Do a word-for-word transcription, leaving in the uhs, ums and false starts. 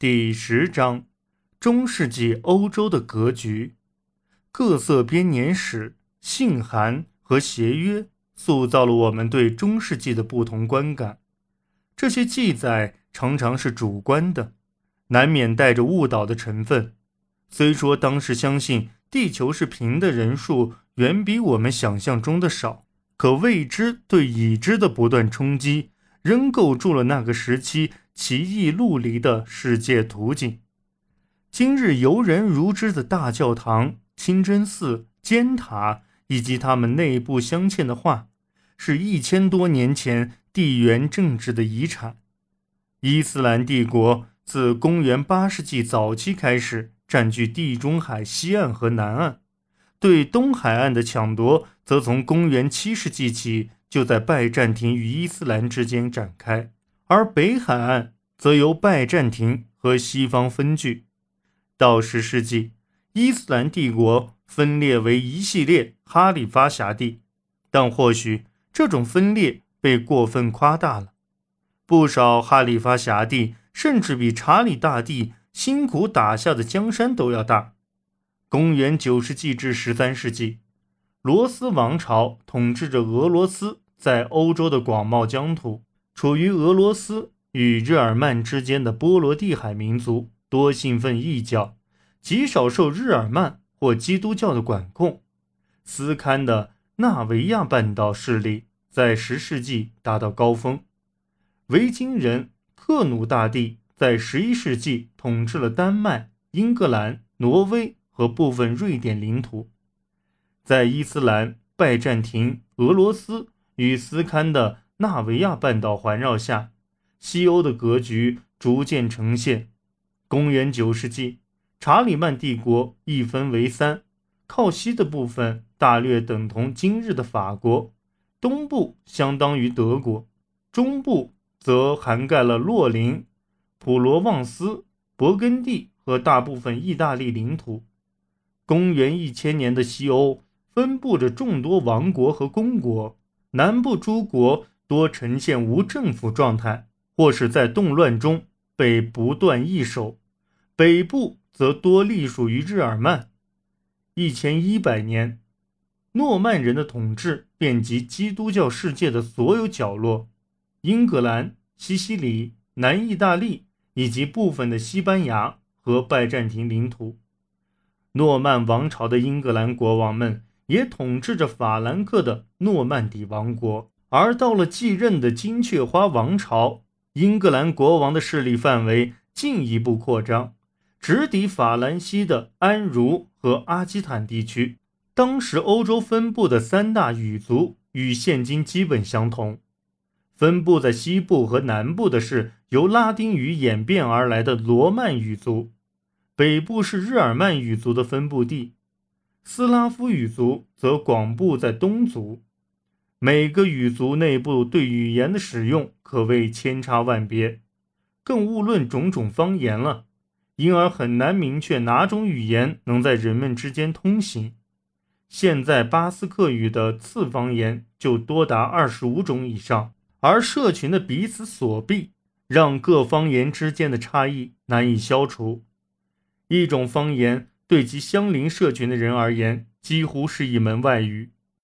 第十章，中世纪欧洲的格局。各色编年史、信函和协约塑造了我们对中世纪的不同观感。这些记载常常是主观的，难免带着误导的成分。虽说当时相信地球是平的人数远比我们想象中的少，可未知对已知的不断冲击，仍构筑了那个时期奇异陆离的世界图景。今日游人如织的大教堂、清真寺、尖塔以及它们内部镶嵌的画，是一千多年前地缘政治的遗产。伊斯兰帝国自公元八世纪早期开始占据地中海西岸和南岸，对东海岸的抢夺则从公元七世纪起就在拜占庭与伊斯兰之间展开，而北海岸则由拜占庭和西方分据。到十世纪，伊斯兰帝国分裂为一系列哈里发辖地，但或许这种分裂被过分夸大了。不少哈里发辖地甚至比查理大帝辛苦打下的江山都要大。公元九世纪至十三世纪，罗斯王朝统治着俄罗斯在欧洲的广袤疆土。处于俄罗斯与日耳曼之间的波罗的海民族多信奉异教，极少受日耳曼或基督教的管控。斯堪的纳维亚半岛势力在十世纪达到高峰。维京人克努大帝在十一世纪统治了丹麦、英格兰、挪威和部分瑞典领土。在伊斯兰、拜占庭、俄罗斯与斯堪的纳维亚半岛环绕下，西欧的格局逐渐呈现。公元九世纪，查理曼帝国一分为三，靠西的部分大略等同今日的法国，东部相当于德国，中部则涵盖了洛林、普罗旺斯、勃艮第和大部分意大利领土。公元一千年的西欧分布着众多王国和公国，南部诸国多呈现无政府状态，或是在动乱中被不断易手，北部则多隶属于日耳曼。一千一百年，诺曼人的统治遍及基督教世界的所有角落，英格兰、西西里、南意大利以及部分的西班牙和拜占庭领土。诺曼王朝的英格兰国王们也统治着法兰克的诺曼底王国，而到了继任的金雀花王朝，英格兰国王的势力范围进一步扩张，直抵法兰西的安茹和阿基坦地区。当时欧洲分布的三大语族与现今基本相同。分布在西部和南部的是由拉丁语演变而来的罗曼语族，北部是日耳曼语族的分布地，斯拉夫语族则广布在东族。每个语族内部对语言的使用可谓千差万别，更勿论种种方言了，因而很难明确哪种语言能在人们之间通行。现在巴斯克语的次方言就多达二十五种以上，而社群的彼此锁闭，让各方言之间的差异难以消除。一种方言对其相邻社群的人而言，几乎是一门外语，